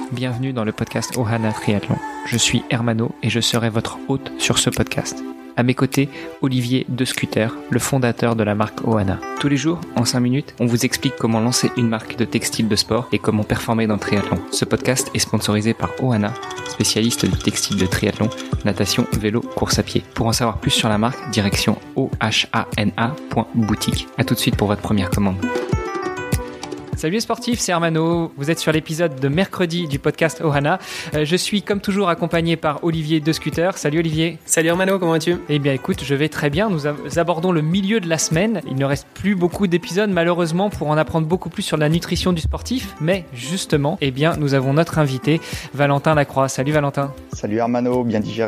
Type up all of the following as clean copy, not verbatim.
bienvenue dans le podcast Ohana Triathlon. Je suis Hermano et je serai votre hôte sur ce podcast. À mes côtés, Olivier De Scuter, le fondateur de la marque Ohana. Tous les jours, en 5 minutes, on vous explique comment lancer une marque de textile de sport et comment performer dans le triathlon. Ce podcast est sponsorisé par Ohana, spécialiste du textile de triathlon, natation, vélo, course à pied. Pour en savoir plus sur la marque, direction ohana.boutique. À tout de suite pour votre première commande. Salut les sportifs, c'est Hermano. Vous êtes sur l'épisode de mercredi du podcast Ohana. Je suis comme toujours accompagné par Olivier De Scuter. Salut Olivier. Salut Hermano, comment vas-tu ? Eh bien écoute, je vais très bien. Nous abordons le milieu de la semaine. Il ne reste plus beaucoup d'épisodes malheureusement pour en apprendre beaucoup plus sur la nutrition du sportif. Mais justement, eh bien, nous avons notre invité, Valentin Lacroix. Salut Valentin. Salut Hermano, bien digéré ?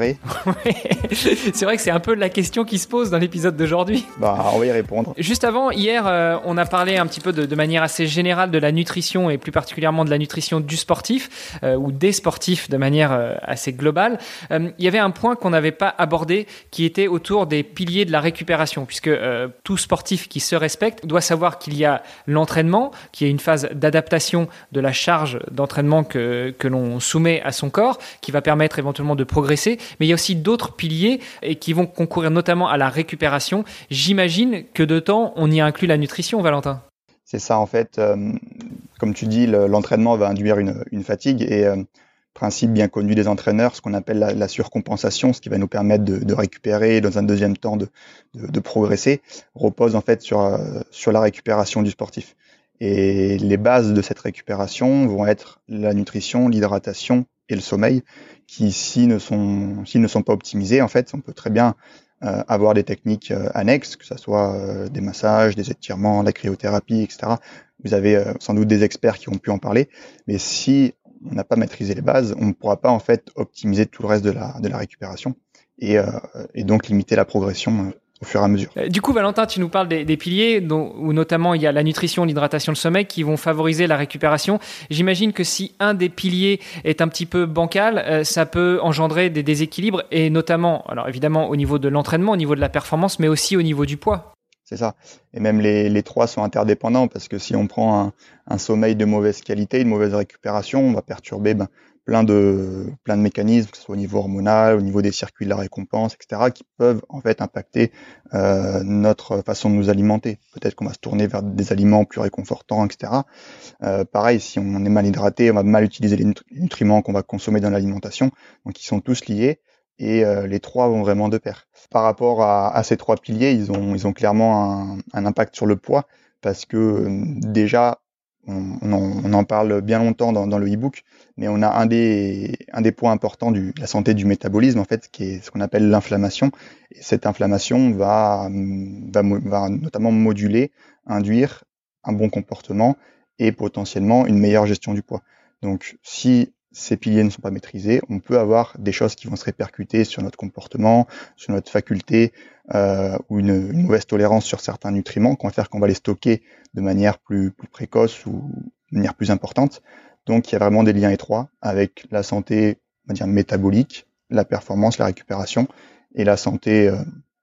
C'est vrai que c'est un peu la question qui se pose dans l'épisode d'aujourd'hui. On va y répondre. Juste avant, hier, on a parlé un petit peu de manière assez générale de la nutrition et plus particulièrement de la nutrition du sportif ou des sportifs de manière assez globale. Il y avait un point qu'on n'avait pas abordé qui était autour des piliers de la récupération puisque tout sportif qui se respecte doit savoir qu'il y a l'entraînement, qui est une phase d'adaptation de la charge d'entraînement que l'on soumet à son corps, qui va permettre éventuellement de progresser, mais il y a aussi d'autres piliers et qui vont concourir notamment à la récupération. J'imagine que de temps, on y inclut la nutrition, Valentin. C'est ça en fait, comme tu dis, l'entraînement va induire une fatigue et principe bien connu des entraîneurs, ce qu'on appelle la surcompensation, ce qui va nous permettre de récupérer et dans un deuxième temps de progresser, repose en fait sur la récupération du sportif. Et les bases de cette récupération vont être la nutrition, l'hydratation et le sommeil, qui s'ils ne sont pas optimisés, en fait, on peut très bien avoir des techniques annexes, que ce soit des massages, des étirements, la cryothérapie, etc. Vous avez sans doute des experts qui ont pu en parler, mais si on n'a pas maîtrisé les bases, on ne pourra pas en fait optimiser tout le reste de la récupération et donc limiter la progression au fur et à mesure. Du coup, Valentin, tu nous parles des piliers où notamment il y a la nutrition, l'hydratation, le sommeil qui vont favoriser la récupération. J'imagine que si un des piliers est un petit peu bancal, ça peut engendrer des déséquilibres et notamment, alors évidemment au niveau de l'entraînement, au niveau de la performance, mais aussi au niveau du poids. C'est ça. Et même les trois sont interdépendants parce que si on prend un sommeil de mauvaise qualité, une mauvaise récupération, on va perturber plein de mécanismes, que ce soit au niveau hormonal, au niveau des circuits de la récompense, etc., qui peuvent en fait impacter notre façon de nous alimenter. Peut-être qu'on va se tourner vers des aliments plus réconfortants, etc. Pareil, si on est mal hydraté, on va mal utiliser les nutriments qu'on va consommer dans l'alimentation. Donc ils sont tous liés. Et les trois vont vraiment de pair. Par rapport à ces trois piliers, ils ont clairement un impact sur le poids parce que déjà, on en parle bien longtemps dans le e-book, mais on a un des points importants de la santé du métabolisme, en fait, qui est ce qu'on appelle l'inflammation. Et cette inflammation va notamment moduler, induire un bon comportement et potentiellement une meilleure gestion du poids. Donc, si ces piliers ne sont pas maîtrisés, on peut avoir des choses qui vont se répercuter sur notre comportement, sur notre faculté ou une mauvaise tolérance sur certains nutriments qui vont faire qu'on va les stocker de manière plus précoce ou de manière plus importante. Donc il y a vraiment des liens étroits avec la santé, on va dire métabolique, la performance, la récupération et la santé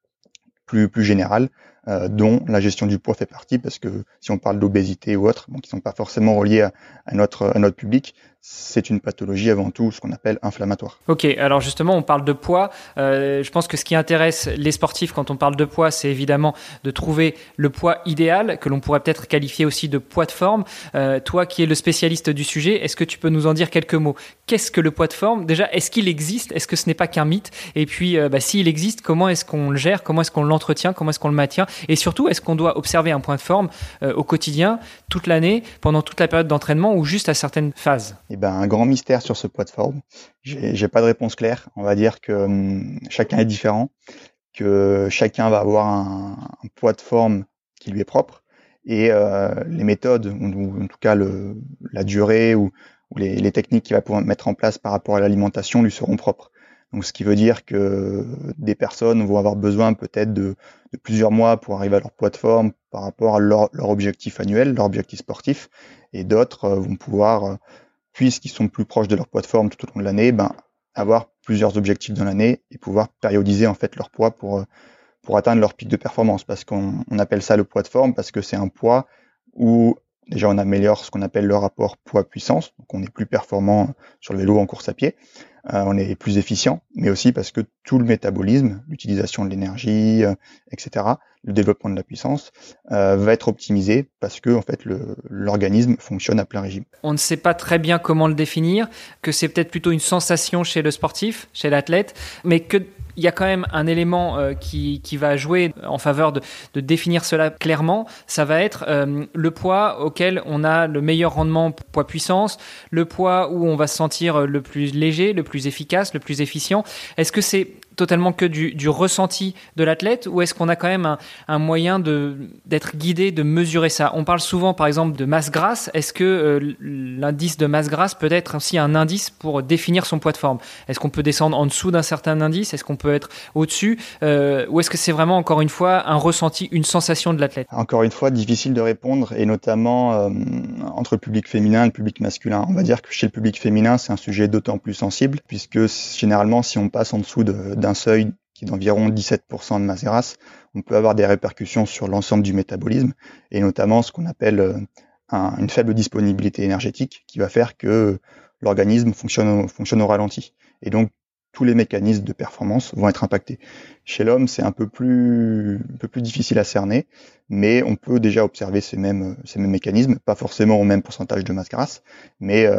plus générale, dont la gestion du poids fait partie, parce que si on parle d'obésité ou autre, qui ne sont pas forcément reliés à notre public, c'est une pathologie avant tout, ce qu'on appelle inflammatoire. Ok, alors justement, on parle de poids. Je pense que ce qui intéresse les sportifs quand on parle de poids, c'est évidemment de trouver le poids idéal, que l'on pourrait peut-être qualifier aussi de poids de forme. Toi qui es le spécialiste du sujet, est-ce que tu peux nous en dire quelques mots ? Qu'est-ce que le poids de forme ? Déjà, est-ce qu'il existe ? Est-ce que ce n'est pas qu'un mythe ? Et puis, s'il existe, comment est-ce qu'on le gère ? Comment est-ce qu'on l'entretient ? Comment est-ce qu'on le maintient ? Et surtout, est-ce qu'on doit observer un point de forme au quotidien, toute l'année, pendant toute la période d'entraînement ou juste à certaines phases ? Un grand mystère sur ce poids de forme. J'ai pas de réponse claire. On va dire que chacun est différent, que chacun va avoir un poids de forme qui lui est propre et les méthodes, ou en tout cas la durée ou les techniques qu'il va pouvoir mettre en place par rapport à l'alimentation lui seront propres. Donc, ce qui veut dire que des personnes vont avoir besoin peut-être de plusieurs mois pour arriver à leur poids de forme par rapport à leur objectif annuel, leur objectif sportif, et d'autres vont pouvoir, puisqu'ils sont plus proches de leur poids de forme tout au long de l'année, avoir plusieurs objectifs dans l'année et pouvoir périodiser en fait leur poids pour atteindre leur pic de performance. Parce qu'on appelle ça le poids de forme parce que c'est un poids où Déjà, on améliore ce qu'on appelle le rapport poids-puissance, donc on est plus performant sur le vélo en course à pied, on est plus efficient, mais aussi parce que tout le métabolisme, l'utilisation de l'énergie, etc., le développement de la puissance va être optimisé parce que en fait l'organisme fonctionne à plein régime. On ne sait pas très bien comment le définir, que c'est peut-être plutôt une sensation chez le sportif, chez l'athlète, mais qu'il y a quand même un élément qui va jouer en faveur de définir cela clairement. Ça va être le poids auquel on a le meilleur rendement poids-puissance, le poids où on va se sentir le plus léger, le plus efficace, le plus efficient. Est-ce que c'est totalement que du ressenti de l'athlète ou est-ce qu'on a quand même un moyen d'être guidé, de mesurer ça? On parle souvent par exemple de masse grasse. Est-ce que l'indice de masse grasse peut être aussi un indice pour définir son poids de forme? Est-ce qu'on peut descendre en dessous d'un certain indice? Est-ce qu'on peut être au-dessus? Ou est-ce que c'est vraiment encore une fois un ressenti, une sensation de l'athlète? Encore une fois, difficile de répondre et notamment entre le public féminin et le public masculin. On va dire que chez le public féminin, c'est un sujet d'autant plus sensible puisque généralement si on passe en dessous d'un seuil qui est d'environ 17% de masse grasse, on peut avoir des répercussions sur l'ensemble du métabolisme et notamment ce qu'on appelle une faible disponibilité énergétique qui va faire que l'organisme fonctionne au ralenti. Et donc, tous les mécanismes de performance vont être impactés. Chez l'homme, c'est un peu plus difficile à cerner, mais on peut déjà observer ces mêmes mécanismes, pas forcément au même pourcentage de masse grasse, mais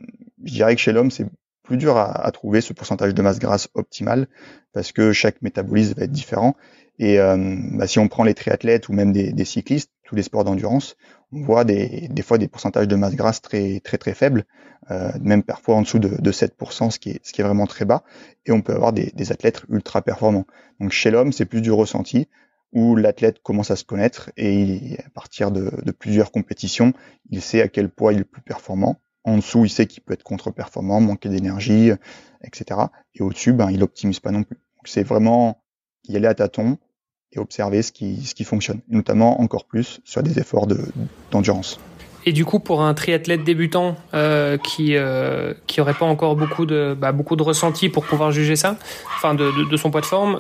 je dirais que chez l'homme, c'est plus dur à trouver ce pourcentage de masse grasse optimal parce que chaque métabolisme va être différent. Et si on prend les triathlètes ou même des cyclistes, tous les sports d'endurance, on voit des fois des pourcentages de masse grasse très très très faibles, même parfois en dessous de 7%, ce qui est vraiment très bas. Et on peut avoir des athlètes ultra performants. Donc chez l'homme, c'est plus du ressenti où l'athlète commence à se connaître et à partir de plusieurs compétitions, il sait à quel poids il est le plus performant. En dessous, il sait qu'il peut être contre-performant, manquer d'énergie, etc. Et au-dessus, il optimise pas non plus. Donc c'est vraiment y aller à tâtons et observer ce qui fonctionne, et notamment encore plus sur des efforts d'endurance. Et du coup, pour un triathlète débutant qui aurait pas encore beaucoup de ressenti pour pouvoir juger ça, enfin de son poids de forme,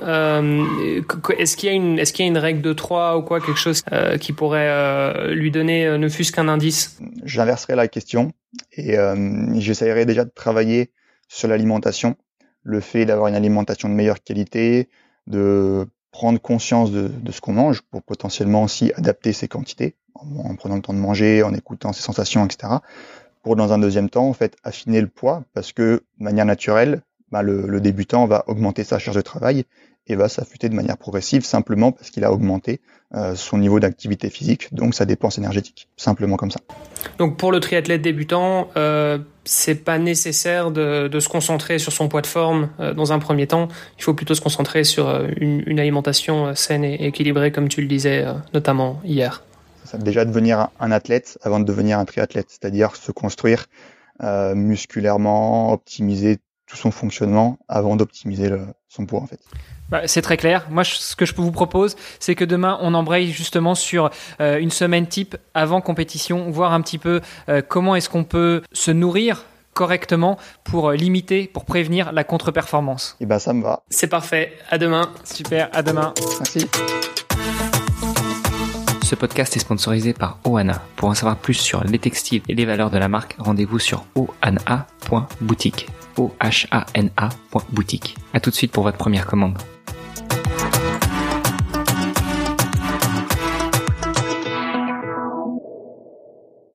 est-ce qu'il y a une règle de 3 ou quoi, quelque chose qui pourrait lui donner ne fût-ce qu'un indice? J'inverserai la question et j'essaierai déjà de travailler sur l'alimentation, le fait d'avoir une alimentation de meilleure qualité, de prendre conscience de ce qu'on mange pour potentiellement aussi adapter ses quantités en prenant le temps de manger, en écoutant ses sensations, etc. Pour dans un deuxième temps, en fait, affiner le poids parce que de manière naturelle, le débutant va augmenter sa charge de travail et va s'affûter de manière progressive simplement parce qu'il a augmenté son niveau d'activité physique, donc sa dépense énergétique, simplement comme ça. Donc pour le triathlète débutant, c'est pas nécessaire de se concentrer sur son poids de forme dans un premier temps. Il faut plutôt se concentrer sur une alimentation saine et équilibrée, comme tu le disais notamment hier. Ça veut déjà devenir un athlète avant de devenir un triathlète, c'est-à-dire se construire musculairement, optimiser tout son fonctionnement avant d'optimiser son poids en fait. C'est très clair. Moi, ce que je vous propose, c'est que demain, on embraye justement sur une semaine type avant compétition, voir un petit peu comment est-ce qu'on peut se nourrir correctement pour limiter, pour prévenir la contre-performance. Et ça me va. C'est parfait. À demain. Super, à demain. Merci. Ce podcast est sponsorisé par Ohana. Pour en savoir plus sur les textiles et les valeurs de la marque, rendez-vous sur ohana.boutique. ohana.boutique. À tout de suite pour votre première commande.